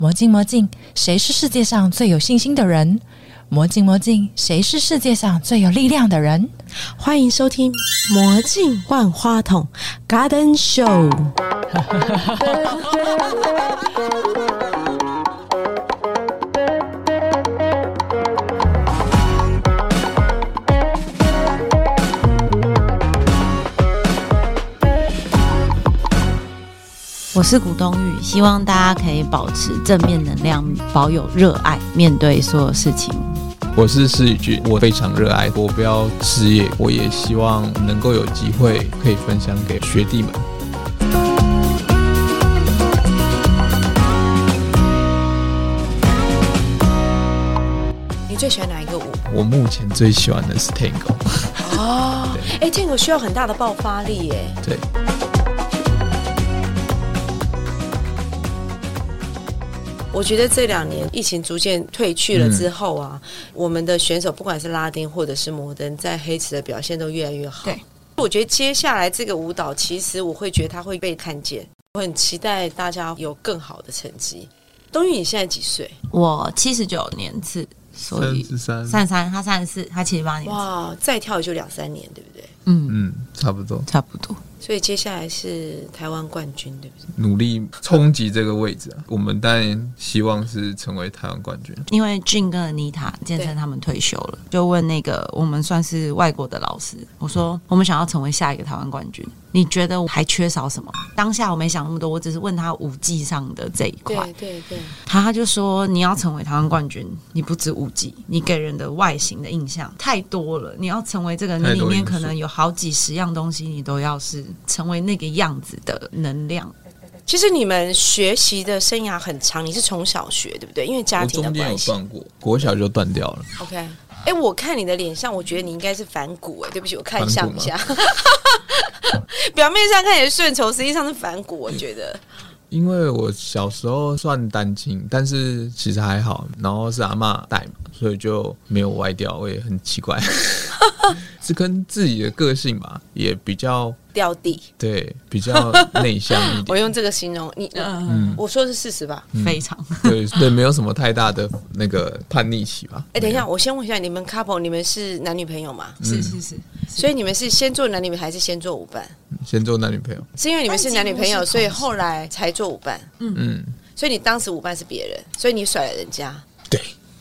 魔镜魔镜，谁是世界上最有信心的人？魔镜魔镜，谁是世界上最有力量的人？ 欢迎收听魔镜万花筒 Garden Show。 我是古东玉，希望大家可以保持正面能量，保有热爱，面对所有事情。 我是施宇俊，我非常热爱国标事业，我也希望能够有机会可以分享给学弟们。 你最喜欢哪一个舞？ 我目前最喜欢的是 Tango。 哦，Tango 需要很大的爆发力耶。 对。 我觉得这2年疫情逐渐退去了之后啊，我们的选手不管是拉丁或者是摩登，在黑池的表现都越来越好。 对， 我觉得接下来这个舞蹈，其实我会觉得它会被看见，我很期待大家有更好的成绩。东玉，你现在几岁？ 我79年次，所以33，他34，他78年次。 哇，再跳也就2-3年，对不对？ 差不多。 所以接下来是台湾冠军，对不对？ 努力冲击这个位置啊！我们当然希望是成为台湾冠军。 因为俊跟妮塔健身他们退休了，就问那个我们算是外国的老师，我说我们想要成为下一个台湾冠军，你觉得还缺少什么？当下我没想那么多，我只是问他舞技上的这一块。 对， 他就说你要成为台湾冠军，你不止舞技，你给人的外形的印象太多了。你要成为这个，你里面可能有好几十样东西，你都要是成为那个样子的能量。 其实你们学习的生涯很长，你是从小学对不对？因为家庭的关系。 我中间有断过，国小就断掉了。 OK， 我看你的脸上，我觉得你应该是反骨对不起，我看像一下。表面上看起来顺从，实际上是反骨，我觉得。 因为我小时候算单亲，但是其实还好，然后是阿嬷带嘛，所以就没有歪掉，我也很奇怪。是跟自己的个性吧，也比较掉地， 对，比较内向一点。 我用这个形容你，我说的是事实吧？ 非常对，没有什么太大的那个叛逆期吧。 等一下，我先问一下，你们 couple 你们是男女朋友吗？ 是， 所以你们是先做男女朋友还是先做舞伴？ 先做男女朋友， 是因为你们是男女朋友，所以后来才做舞伴。所以你当时舞伴是别人，所以你甩了人家。 对。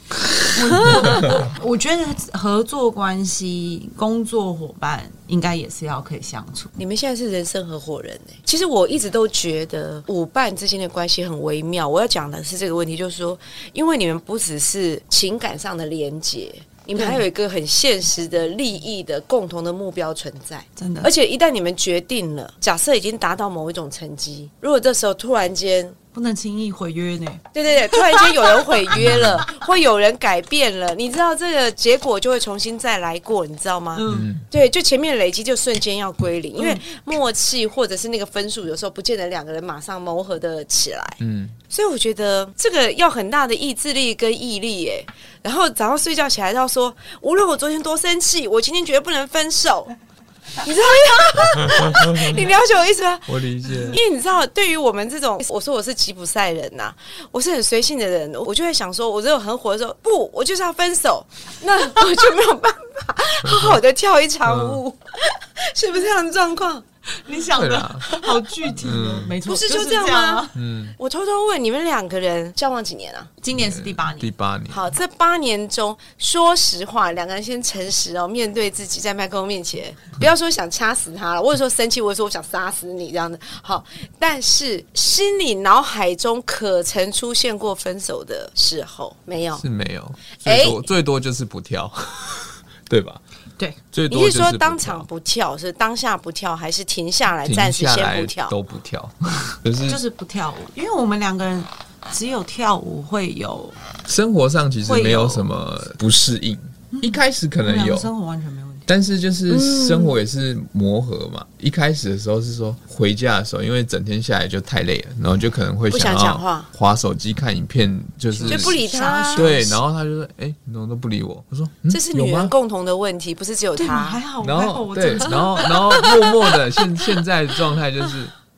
我觉得合作关系、工作伙伴应该也是要可以相处。 你们现在是人生合伙人其实我一直都觉得舞伴之间的关系很微妙。我要讲的是这个问题，就是说，因为你们不只是情感上的连结，你们还有一个很现实的利益的共同的目标存在， 真的。 而且一旦你们决定了，假设已经达到某一种成绩，如果这时候突然间不能轻易毁约呢？ 对，突然间有人毁约了，或有人改变了，你知道这个结果就会重新再来过，你知道吗？对，就前面累积就瞬间要归零，因为默契或者是那个分数，有时候不见得2个人马上磨合的起来。所以我觉得这个要很大的意志力跟毅力然后早上睡觉起来要说，无论我昨天多生气，我今天绝对不能分手。你知道吗？你了解我意思吗？ 我理解。 因为你知道，对于我们这种，我说我是吉普赛人我是很随性的人，我就会想说，我这种很火的时候，不，我就是要分手，那我就没有办法好好的跳一场舞，是不是这样的状况？ 你想的好具体没错， 不是就这样吗？我偷偷问，你们2个人交往几年啊？ 今年是第8年。 好，这8年中，说实话，2个人先诚实面对自己，在麦克风面前，不要说想掐死他了，或者说生气，或者说我想杀死你这样的。好，但是心里脑海中可曾出现过分手的时候？没有， 是没有，最多就是不跳，对吧？ 对， 你是说当场不跳，是当下不跳，还是停下来暂时先不跳？ 都不跳， 就是不跳舞，因为我们2个人只有跳舞会有， 生活上其实没有什么不适应，一开始可能有， 生活完全没问题。 但是就是生活也是磨合嘛。一开始的时候是说回家的时候，因为整天下来就太累了，然后就可能会想要滑手机看影片，就不理他。 对，然后他就说：“你怎么都不理我？”我说：“ 这是女人共同的问题，不是只有他。” 还好， 然后对，然后默默的现在的状态就是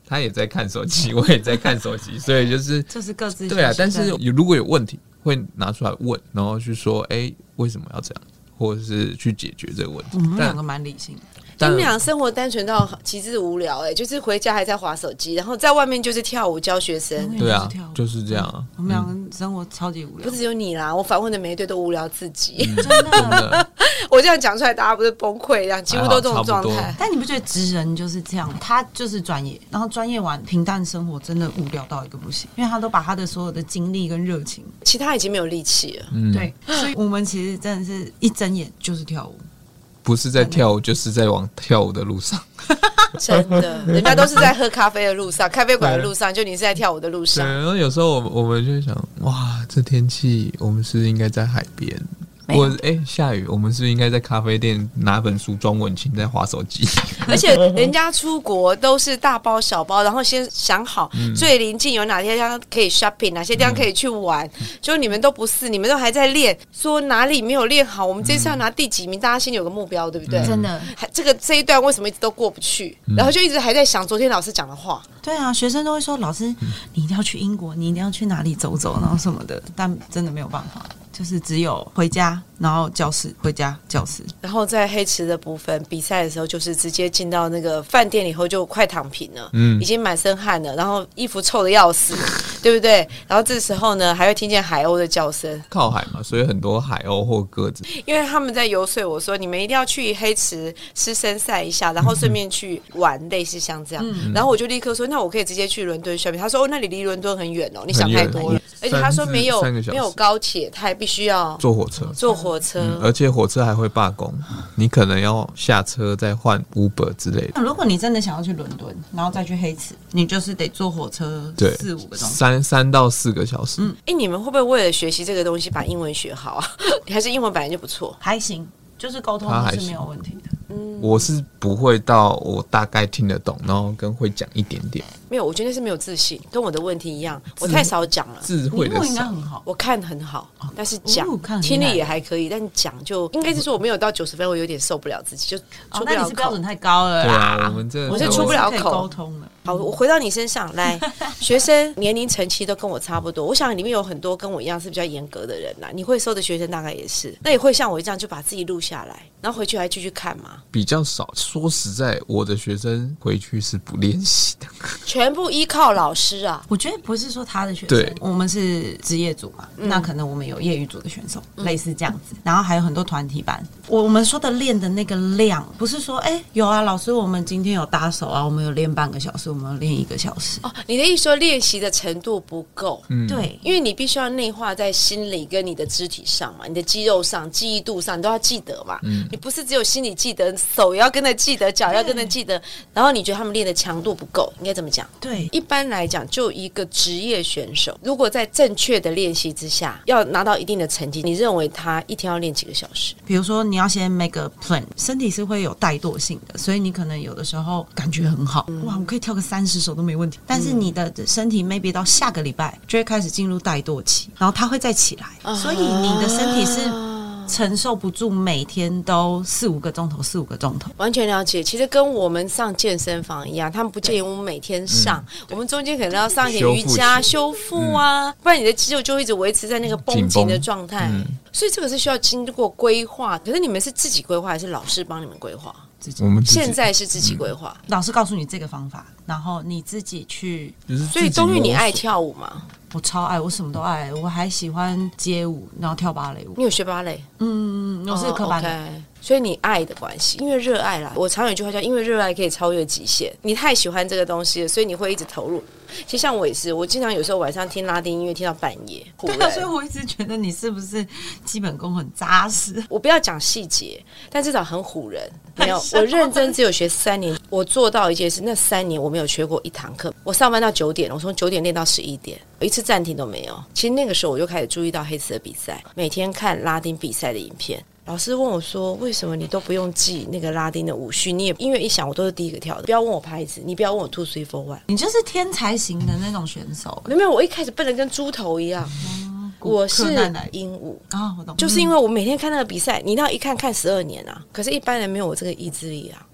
他也在看手机，我也在看手机，所以就是各自对啊。但是如果有问题，会拿出来问，然后去说，为什么要这样，或者是去解决这个问题。 我们两个蛮理性的。 你们俩生活单纯到极致无聊就是回家还在滑手机，然后在外面就是跳舞教学生。 对啊，就是这样啊。 我们两个生活超级无聊， 不只有你啦，我访问的每一对都无聊自己。 真的， 我这样讲出来，大家不是崩溃一样，几乎都这种状态。 但你不觉得职人就是这样？他就是专业，然后专业完平淡生活真的无聊到一个不行，因为他都把他的所有的精力跟热情， 其他已经没有力气了。 对，所以我们其实真的是一睁眼就是跳舞。 不是在跳舞，就是在往跳舞的路上。 真的，人家都是在喝咖啡的路上，咖啡馆的路上，就你是在跳舞的路上。 对，然后有时候我们就会想，哇，这天气我们是不是应该在海边？或者下雨，我们是不是应该在咖啡店拿本书装文青在滑手机？ 而且人家出国都是大包小包，然后先想好最临近有哪些地方可以 shopping， 哪些地方可以去玩。就你们都不是，你们都还在练，说哪里没有练好，我们这次要拿第几名，大家心里有个目标，对不对？ 真的， 这一段为什么一直都过不去？然后就一直还在想昨天老师讲的话。 对啊，学生都会说老师，你一定要去英国，你一定要去哪里走走，然后什么的，但真的没有办法。就是只有回家，然后教室，回家教室。 然后在黑池的部分，比赛的时候就是直接进到那个饭店以后就快躺平了，已经满身汗了，然后衣服臭得要死，对不对？然后这时候呢，还会听见海鸥的叫声。 靠海嘛，所以很多海鸥或鸽子。 因为他们在游说我说，你们一定要去黑池湿身晒一下，然后顺便去玩，类似像这样。然后我就立刻说，那我可以直接去伦敦 shopping。他说，那里离伦敦很远哦，你想太多了。而且他说没有高铁，他还必须要坐火车。而且火车还会罢工，你可能要下车再换 Uber 之类的。 如果你真的想要去伦敦，然后再去黑池，你就是得坐火车4-5个钟头 ，3到4个小时。 你们会不会为了学习这个东西把英文学好啊？还是英文本来就不错？ 还行，就是沟通是没有问题的。 我是不会到我大概听得懂，然后跟会讲一点点。 没有，我觉得是没有自信，跟我的问题一样，我太少讲了。 智慧的应该很好， 我看很好，但是讲听力也还可以，但讲就应该是说我没有到90分，我有点受不了自己，就出不了口。 那你是标准太高了。 对啊， 我是出不了口。 沟通了。 好，我回到你身上来，学生年龄层期都跟我差不多，我想里面有很多跟我一样是比较严格的人啦。你会收的学生大概也是，那也会像我这样就把自己录下来，然后回去还继续看吗？ 比较少，说实在，我的学生回去是不练习的， 全部依靠老师啊。 我觉得不是说他的学生，我们是职业组嘛，那可能我们有业余组的选手，类似这样子，然后还有很多团体班。我们说的练的那个量，不是说有啊，老师我们今天有搭手啊，我们有练半个小时，我们有练1个小时。 哦，你的意思说练习的程度不够？ 对， 因为你必须要内化在心理跟你的肢体上嘛，你的肌肉上、记忆度上，你都要记得嘛。你不是只有心里记得，手也要跟着记得，脚要跟着记得，然后你觉得他们练的强度不够，应该怎么讲？ 对， 一般来讲，就一个职业选手，如果在正确的练习之下，要拿到一定的成绩，你认为他一天要练几个小时？ 比如说，你要先 make a plan， 身体是会有怠惰性的，所以你可能有的时候感觉很好，哇，我可以跳个30首都没问题。但是你的身体 maybe 到下个礼拜就会开始进入怠惰期，然后它会再起来，所以你的身体是承受不住每天都4-5个钟头，4-5个钟头。 完全了解，其实跟我们上健身房一样，他们不建议我们每天上，我们中间可能要上一点瑜伽修复啊，不然你的肌肉就会一直维持在那个绷紧的状态。所以这个是需要经过规划。可是你们是自己规划还是老师帮你们规划？ 我们现在是自己规划， 老师告诉你这个方法，然后你自己去。 所以冬玉，你爱跳舞吗？ 我超爱，我什么都爱，我还喜欢街舞，然后跳芭蕾舞。 你有学芭蕾？ 我是科班的。 所以你爱的关系，因为热爱啦。我常有一句话叫，因为热爱可以超越极限。你太喜欢这个东西了，所以你会一直投入。其实像我也是，我经常有时候晚上听拉丁音乐听到半夜。 对啊，所以我一直觉得你是不是基本功很扎实？ 我不要讲细节，但至少很唬人。没有，我认真只有学3年，我做到一件事，那3年我没有缺过1堂课。我上班到9点，我从9点练到11点，一次暂停都没有。其实那个时候我就开始注意到黑池的比赛，每天看拉丁比赛的影片。老师问我说，为什么你都不用记那个拉丁的舞序，你也音乐一响我都是第一个跳的，不要问我拍子，你不要问我 2, 3, 4, 1。 你就是天才型的那种选手。 没有，我一开始笨得跟猪头一样。我是鹦鹉啊，我懂， 就是因为我每天看那个比赛，你那一看12年啊，可是一般人没有我这个意志力啊。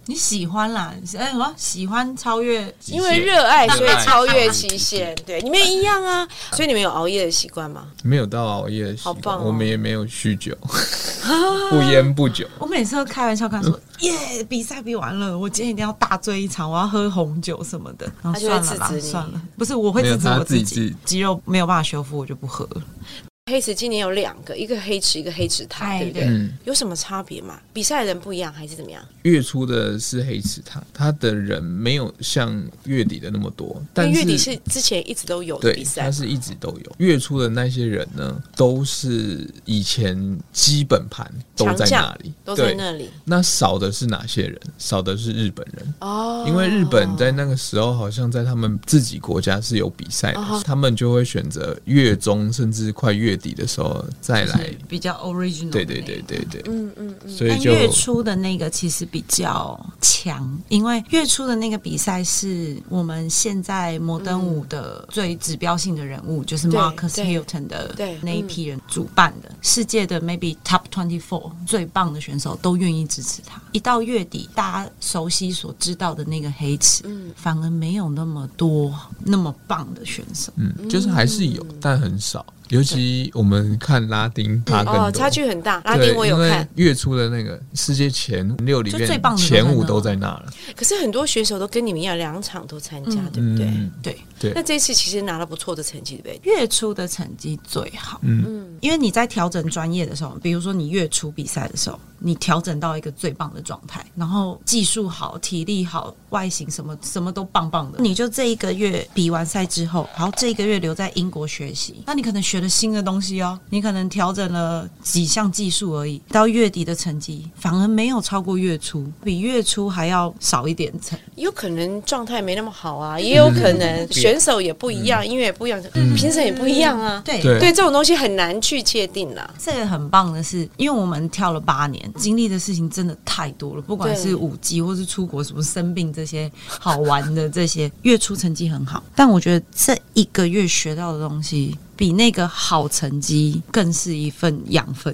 你喜欢啦？什么喜欢超越？ 因为热爱，所以超越极限。对，你们也一样啊。所以你们有熬夜的习惯吗？ 没有到熬夜的习惯， 好棒哦我们也没有酗酒，不烟不酒。 我每次都开玩笑跟他说：“耶，比赛比完了，我今天一定要大醉一场，我要喝红酒什么的。”然后他就会算了啦制止，你算了，不是我会制止我自没有他自己己，肌肉没有办法修复，我就不喝了。 黑池今年有2个，一个黑池，一个黑池汤，对不对？ 嗯， 有什么差别吗？比赛的人不一样还是怎么样？ 月初的是黑池汤，他的人没有像月底的那么多，但是因为月底是之前一直都有的对， 比赛他，是一直都有。月初的那些人呢，都是以前基本盘都在那里， 都在对那里。 那少的是哪些人？少的是日本人。 哦， 因为日本在那个时候好像在他们自己国家是有比赛的，他们就会选择月中甚至快月底的时候再来。 比较 original， 对对对对对， 嗯， 但所以就月初的那个其实比较强，因为月初的那个比赛是我们现在摩登舞的最指标性的人物，就是对 Marcus 对 Hilton 的对那一批人主办的，世界的 maybe top 24最棒的选手都愿意支持他。一到月底，大家熟悉所知道的那个黑池，反而没有那么多那么棒的选手。 就是还是有，但很少。尤其我们看拉丁，他更多， 哦，差距很大。拉丁我有对，因看为，月初的那个世界前6里面， 就最棒的前5都在那了。 可是很多选手都跟你们一样，2场都参加，对不对？ 对， 对那这一次其实拿了不错的成绩，对不对？ 月初的成绩最好。因为你在调整专业的时候，比如说你月初比赛的时候，你调整到一个最棒的状态，然后技术好、体力好、外形什么都棒棒的，你就这一个月比完赛之后，然后这一个月留在英国学习，那你可能学了新的东西哦，你可能调整了几项技术而已，到月底的成绩反而没有超过月初，比月初还要少一点成。 有可能状态没那么好啊，也有可能选手也不一样，音乐也不一样，评审也不一样啊。 对对对，这种东西很难去界定啦。 这个很棒的是，因为我们跳了8年，经历的事情真的太多了，不管是舞技或是出国什么生病这些好玩的这些，月初成绩很好，但我觉得这1个月学到的东西，比那个好成绩更是一份养分。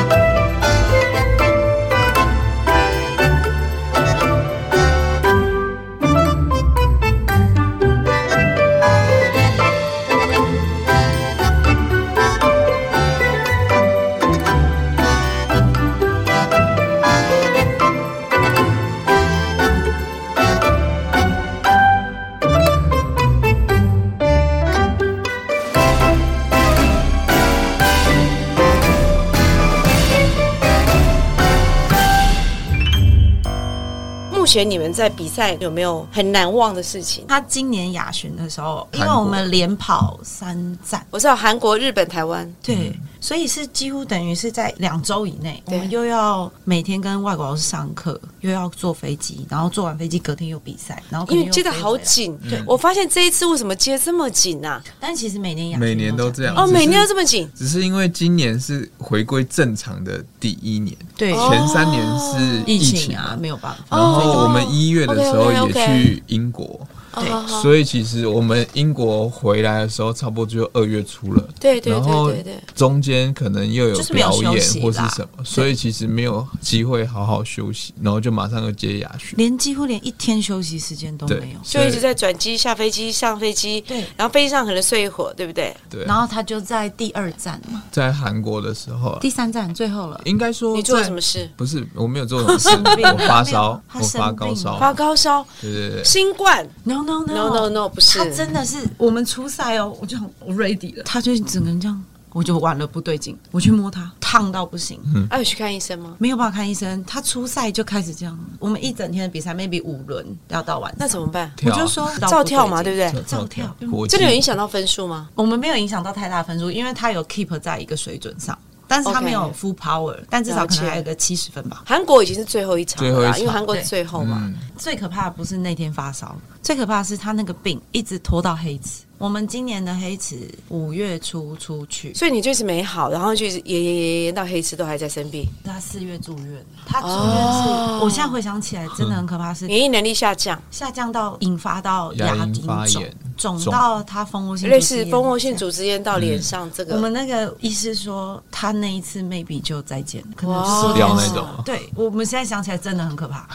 目前你们在比赛有没有很难忘的事情？ 他今年亚巡的时候，因为韩国我们连跑3站， 我知道韩国、日本、台湾， 对，所以是几乎等于是在2周以内，我对们又要每天跟外国老师上课，又要坐飞机，然后坐完飞机隔天又比赛，然后隔天又因为接得飞回来。 好紧。 对我发现这一次为什么接这么紧啊？ 但其实每年亚巡每年都这样哦， 只是每年都这么紧。 只是因为今年是回归正常的第1年， 对前3年是疫情情啊， 嘛， 没有办法。 然后我们1月的时候也 OK，OK，OK 去英国。 对所以其实我们英国回来的时候，差不多就2月初了。 对对然后对对对， 中间可能又有就是没有表演休息啦或是什么，所以其实没有机会好好休息，然后就马上又接亚巡。 几乎连1天休息时间都没有。 就一直在转机、下飞机、上飞机， 对然后飞机上可能睡一会儿，对不对？ 对， 然后他就在第2站嘛， 在韩国的时候啊， 第3站最后了。 应该说你做了在什么事？ 不是，我没有做什么事， 病我发烧， 他我发生病了高烧， 发高烧、 对对对， 新冠 No no ？No No No，不是， 他真的是我们出赛哦，我就很我 ready 了，他就整个人这样，我就完了不对劲，我去摸他，烫到不行， 有去看医生吗？ 没有办法看医生。他出赛就开始这样，我们一整天的比赛 maybe 5轮要到晚上， 那怎么办？ 我跳就说照跳嘛，对不对？ 照跳国际这个有影响到分数吗？ 我们没有影响到太大分数，因为他有 keep 在一个水准上，但是他 OK 没有 full power，但至少可能还有个70分吧。 韩国已经是最后一场了啦， 最后一场因为韩国是最后嘛。 最可怕的不是那天发烧，最可怕的是他那个病一直拖到黑池。我们今年的黑池5月初出去， 所以你就是没好，然后就是延到黑池都还在生病， 他4月住院，他住院是，我现在回想起来真的很可怕，是免疫能力下降， 下降到引发到牙龈龈肿发炎， 肿到他蜂窝性类组织炎似蜂窝性组织炎到脸上这个。 我们那个医师说，他那一次 maybe 就再见，可能哇就是死掉那种。 对，我们现在想起来真的很可怕。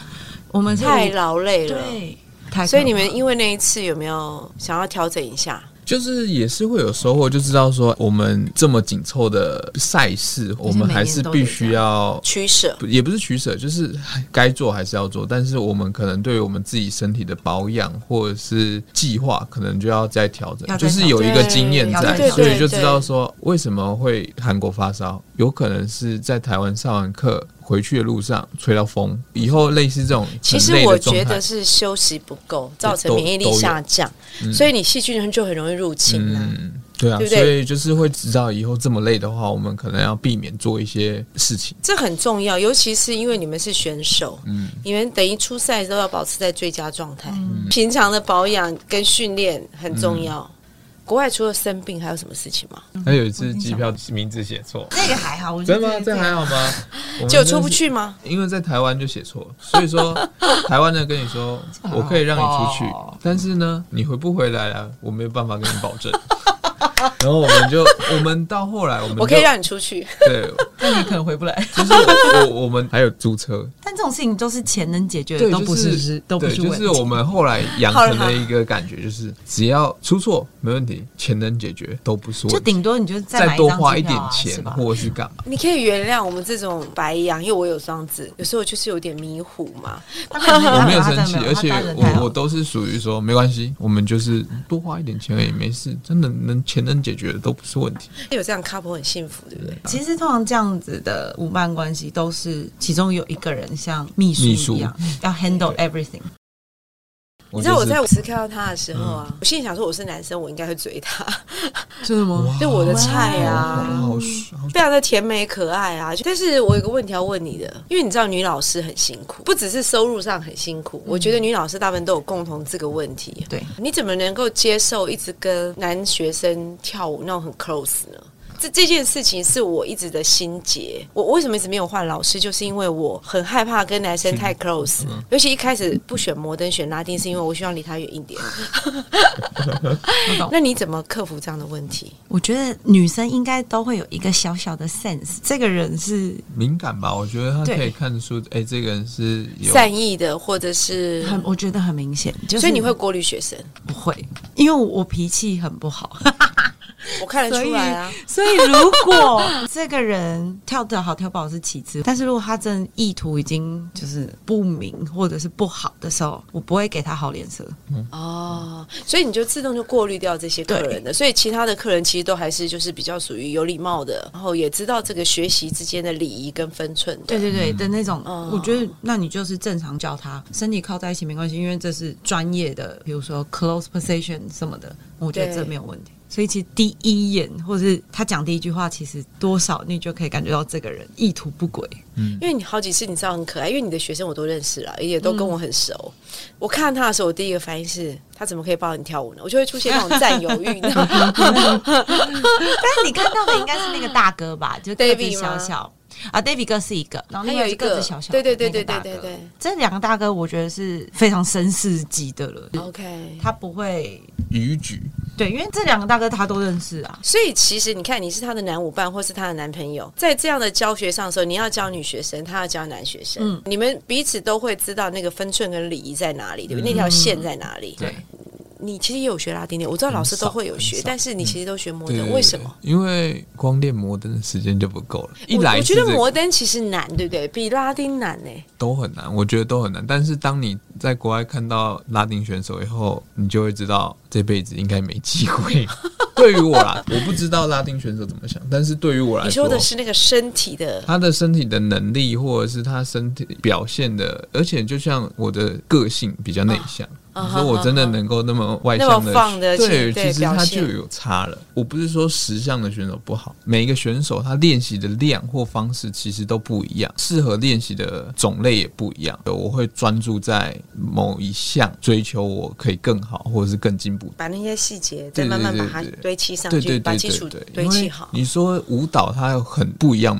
我们太劳累了。 对，太所以你们因为那一次有没有想要调整一下？ 就是也是会有收获，就知道说我们这么紧凑的赛事，我们还是必须要取舍， 也不是取舍，就是该做还是要做。但是我们可能对于我们自己身体的保养或者是计划，可能就要再调整，就是有一个经验在，所以就知道说为什么会韩国发烧，有可能是在台湾上完课回去的路上吹到风，以后类似这种其实我觉得是休息不够，造成免疫力下降，所以你细菌就很容易入侵啊。 对啊， 对不对？ 所以就是会知道以后这么累的话，我们可能要避免做一些事情。 这很重要，尤其是因为你们是选手，你们等于出赛都要保持在最佳状态，平常的保养跟训练很重要。国外除了生病还有什么事情吗？ 还有一次机票名字写错， 这个还好， 真的吗？这还好吗？ 就出不去吗？ 因为在台湾就写错了，所以说台湾呢跟你说我可以让你出去，但是呢你回不回来了，我没有办法跟你保证。然后我们到后来我可以让你出去， 对， 但你可能回不来。 就是我们还有租车， 但这种事情都是钱能解决的，都不是问题。 就是我们后来养成的一个感觉，就是只要出错没问题，钱能解决都不是问题， 就顶多你就再多花一点钱或者是干嘛。 你可以原谅我们这种白羊，因为我有双子，有时候就是有点迷糊嘛。 我没有生气，而且我都是属于说没关系，我们就是多花一点钱而已，没事，真的钱能解决的都不是问题。 有这样 couple 很幸福，对不对？ 其实通常这样子的舞伴关系都是其中有一个人像秘书一样，要 handle everything。 你知道我在舞池看到他的时候啊，我心里想说我是男生，我应该会追他。 真的吗？ 就我的菜啊，非常的甜美可爱啊。但是我有个问题要问你的，因为你知道女老师很辛苦，不只是收入上很辛苦，我觉得女老师大部分都有共同这个问题。 对， 你怎么能够接受一直跟男学生跳舞那种很 close 呢？这件事情是我一直的心结。我为什么一直没有换老师，就是因为我很害怕跟男生太 close，尤其一开始不选摩登选拉丁，是因为我希望离他远一点。那你怎么克服这样的问题？ 我觉得女生应该都会有一个小小的 sense， 这个人是敏感吧？我觉得他可以看出，这个人是有善意的，或者是我觉得很明显。 所以你会过滤学生？ 不会，因为我脾气很不好。 我看得出来啊， 所以如果这个人跳得好跳不好是其次，但是如果他真的意图已经就是不明或者是不好的时候，我不会给他好脸色。 所以你就自动就过滤掉这些客人的，所以其他的客人其实都还是就是比较属于有礼貌的，然后也知道这个学习之间的礼仪跟分寸的。 对的那种，我觉得那你就是正常教他，身体靠在一起没关系，因为这是专业的，比如说 close position 什么的，我觉得这没有问题。所以其实第一眼或是他讲第一句话，其实多少你就可以感觉到这个人意图不轨。 因为你好几次你知道很可爱，因为你的学生我都认识了，也都跟我很熟。我看他的时候，我第一个反应是他怎么可以抱你跳舞呢？我就会出现那种占有欲。但是你看到的应该是那个大哥吧，就个子小小。David 哥是一个，然后另外一个个子小小的，对，这两个大哥我觉得是非常绅士级的了。 OK， 他不会逾矩， 对，因为这两个大哥他都认识啊。 所以其实你看，你是他的男舞伴或是他的男朋友，在这样的教学上的时候，你要教女学生，他要教男学生，你们彼此都会知道那个分寸跟礼仪在哪里，对不对？那条线在哪里？ 对。 你其实也有学拉丁的，我知道老师都会有学，但是你其实都学摩登，为什么？ 因为光练摩登的时间就不够了。 我觉得摩登其实难，对不对？比拉丁难呢， 都很难，我觉得都很难。但是当你在国外看到拉丁选手以后，你就会知道这辈子应该没机会。对于我啦，我不知道拉丁选手怎么想，但是对于我来说， 你说的是那个身体的， 他的身体的能力，或者是他身体表现的，而且就像我的个性比较内向。所以我真的能够那么外向的，对，其实他就有差了。我不是说10项的选手不好，每一个选手他练习的量或方式其实都不一样，适合练习的种类也不一样。我会专注在某一项，追求我可以更好，或者是更进步， 把那些细节再慢慢把它堆砌上去，把基础堆砌好。 你说舞蹈它有很不一样吗？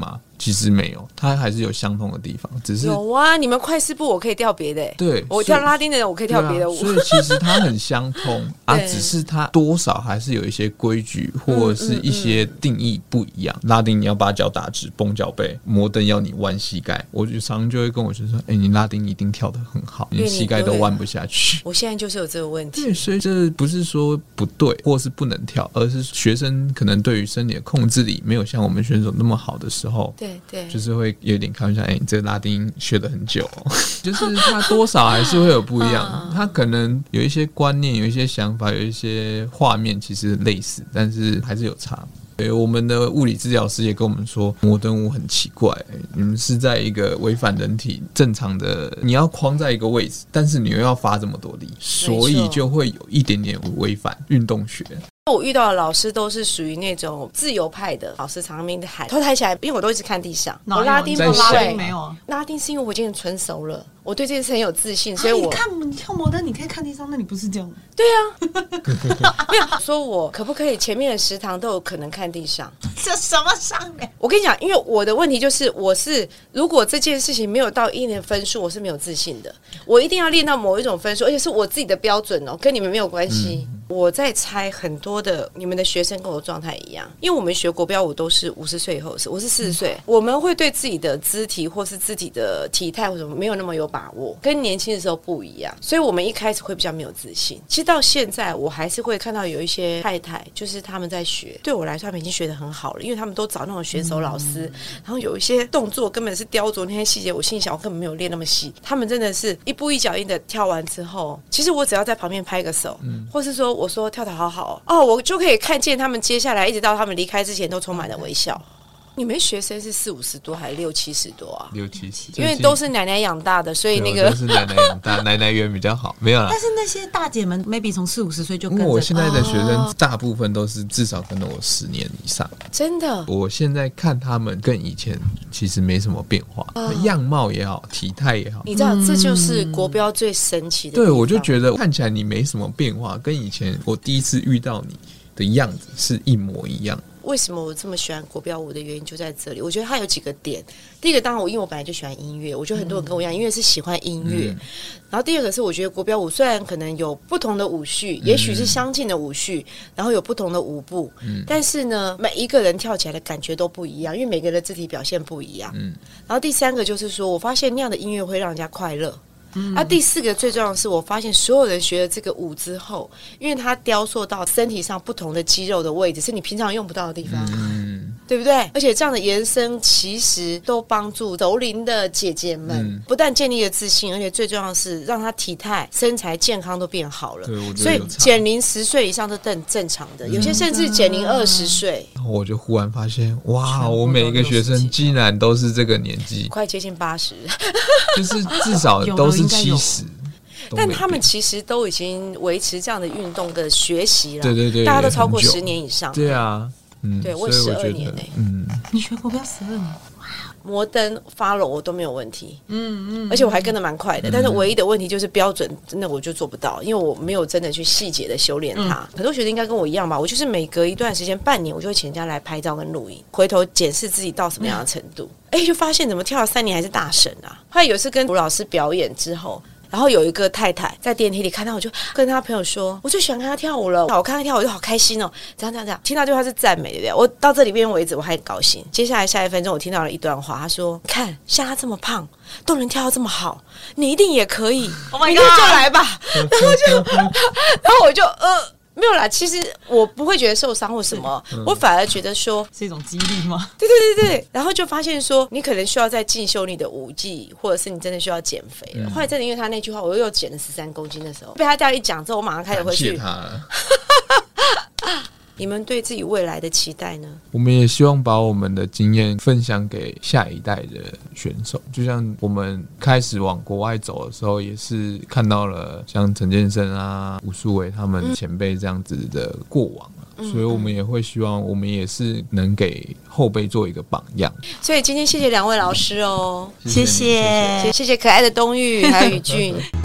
其实没有，它还是有相同的地方，只是有啊，你们快四步我可以跳别的， 对， 我跳拉丁的人我可以跳别的舞， 所以其实它很相通啊，只是它多少还是有一些规矩或者是一些定义不一样。拉丁你要把脚打直，绷脚背；摩登要你弯膝盖。我就常常就会跟我学生说：“你拉丁一定跳得很好，你膝盖都弯不下去。” 我现在就是有这个问题。 对，所以这不是说不对，或是不能跳，而是学生可能对于身体的控制力没有像我们选手那么好的时候， 对， 就是会有点开玩笑，你这个拉丁学得很久就是他多少还是会有不一样，他可能有一些观念、有一些想法、有一些画面其实类似，但是还是有差。对，我们的物理治疗师也跟我们说，摩登舞很奇怪，你们是在一个违反人体正常的，你要框在一个位置，但是你又要发这么多力，所以就会有一点点违反运动学。 我遇到的老师都是属于那种自由派的老师，常常在喊头抬起来，因为我都一直看地上。我拉丁不会， 没有啊， 拉丁是因为我已经很纯熟了，我对这件事很有自信，所以我你跳摩登，你可以看地上，那你不是这样？ 对啊，没有说我可不可以前面的10堂都有可能看地上？ 这什么上面？ 我跟你讲，因为我的问题就是，如果这件事情没有到一定的分数，我是没有自信的。我一定要练到某一种分数，而且是我自己的标准哦，跟你们没有关系。我在猜很多的你们的学生跟我状态一样，因为我们学国标舞都是50岁以后，我是40岁，我们会对自己的肢体或是自己的体态或什么没有那么有把握，跟年轻的时候不一样，所以我们一开始会比较没有自信。其实到现在，我还是会看到有一些太太，就是他们在学，对我来说他们已经学得很好了，因为他们都找那种选手老师，然后有一些动作根本是雕琢那些细节，我心想我根本没有练那么细，他们真的是一步一脚印的跳完之后，其实我只要在旁边拍个手，或是说我说跳得好好哦，我就可以看见他们接下来一直到他们离开之前都充满了微笑。你们学生是40-50多还是60-70多啊 ？60-70， 因为都是奶奶养大的，所以那个都是奶奶养大，奶奶缘比较好，没有啦。 但是那些大姐们 maybe 从40-50岁就跟着。 因为我现在的学生大部分都是至少跟了我10年以上， 真的。 我现在看他们跟以前其实没什么变化，样貌也好，体态也好。 你知道，这就是国标最神奇的地方。 对，我就觉得看起来你没什么变化，跟以前我第一次遇到你的样子是一模一样。 为什么我这么喜欢国标舞的原因就在这里。我觉得它有几个点，第一个当然因为我本来就喜欢音乐，我觉得很多人跟我一样，音乐是喜欢音乐。然后第二个是我觉得国标舞虽然可能有不同的舞序，也许是相近的舞序，然后有不同的舞步，但是呢，每一个人跳起来的感觉都不一样，因为每个人的肢体表现不一样。然后第三个就是说我发现那样的音乐会让人家快乐。第4个最重要的是，我发现所有人学了这个舞之后，因为它雕塑到身体上不同的肌肉的位置，是你平常用不到的地方，对不对？而且这样的延伸其实都帮助熟龄的姐姐们，不但建立了自信，而且最重要的是让她体态、身材、健康都变好了。所以减龄10岁以上都正常的，有些甚至减龄20岁。 我就忽然发现，哇，我每一个学生竟然都是这个年纪， 快接近80， 就是至少都是70。 但他们其实都已经维持这样的运动的学习了， 对， 大家都超过10年以上。 对啊， 对我12年你学国标12年， 摩登 follow 我都没有问题，而且我还跟得蛮快的，但是唯一的问题就是标准，真的我就做不到，因为我没有真的去细节的修炼它。很多学生应该跟我一样吧，我就是每隔一段时间，半年我就会请人家来拍照跟录影，回头检视自己到什么样的程度，就发现怎么跳了3年还是大神啊！后来有一次跟吴老师表演之后。然后有一个太太在电梯里看到我，就跟她朋友说：“我最喜欢看她跳舞了，我看她跳舞我就好开心哦。”这样，听到这句话是赞美，对不对？我到这里边为止我还很高兴。接下来下1分钟，我听到了一段话，她说：“看，像她这么胖都能跳到这么好，你一定也可以。Oh my God， 就来吧。”然后我就没有啦，其实我不会觉得受伤或什么，我反而觉得说是一种激励吗？ 对，然后就发现说你可能需要再进修你的舞技，或者是你真的需要减肥了。后来真的因为他那句话，我又减了13公斤的时候，被他这样一讲之后，我马上开始回去。你们对自己未来的期待呢？ 我们也希望把我们的经验分享给下一代的选手，就像我们开始往国外走的时候，也是看到了像陈建生啊、吴淑伟他们前辈这样子的过往所以我们也会希望我们也是能给后辈做一个榜样。 所以今天谢谢2位老师哦， 谢谢可爱的东玉还有宇俊。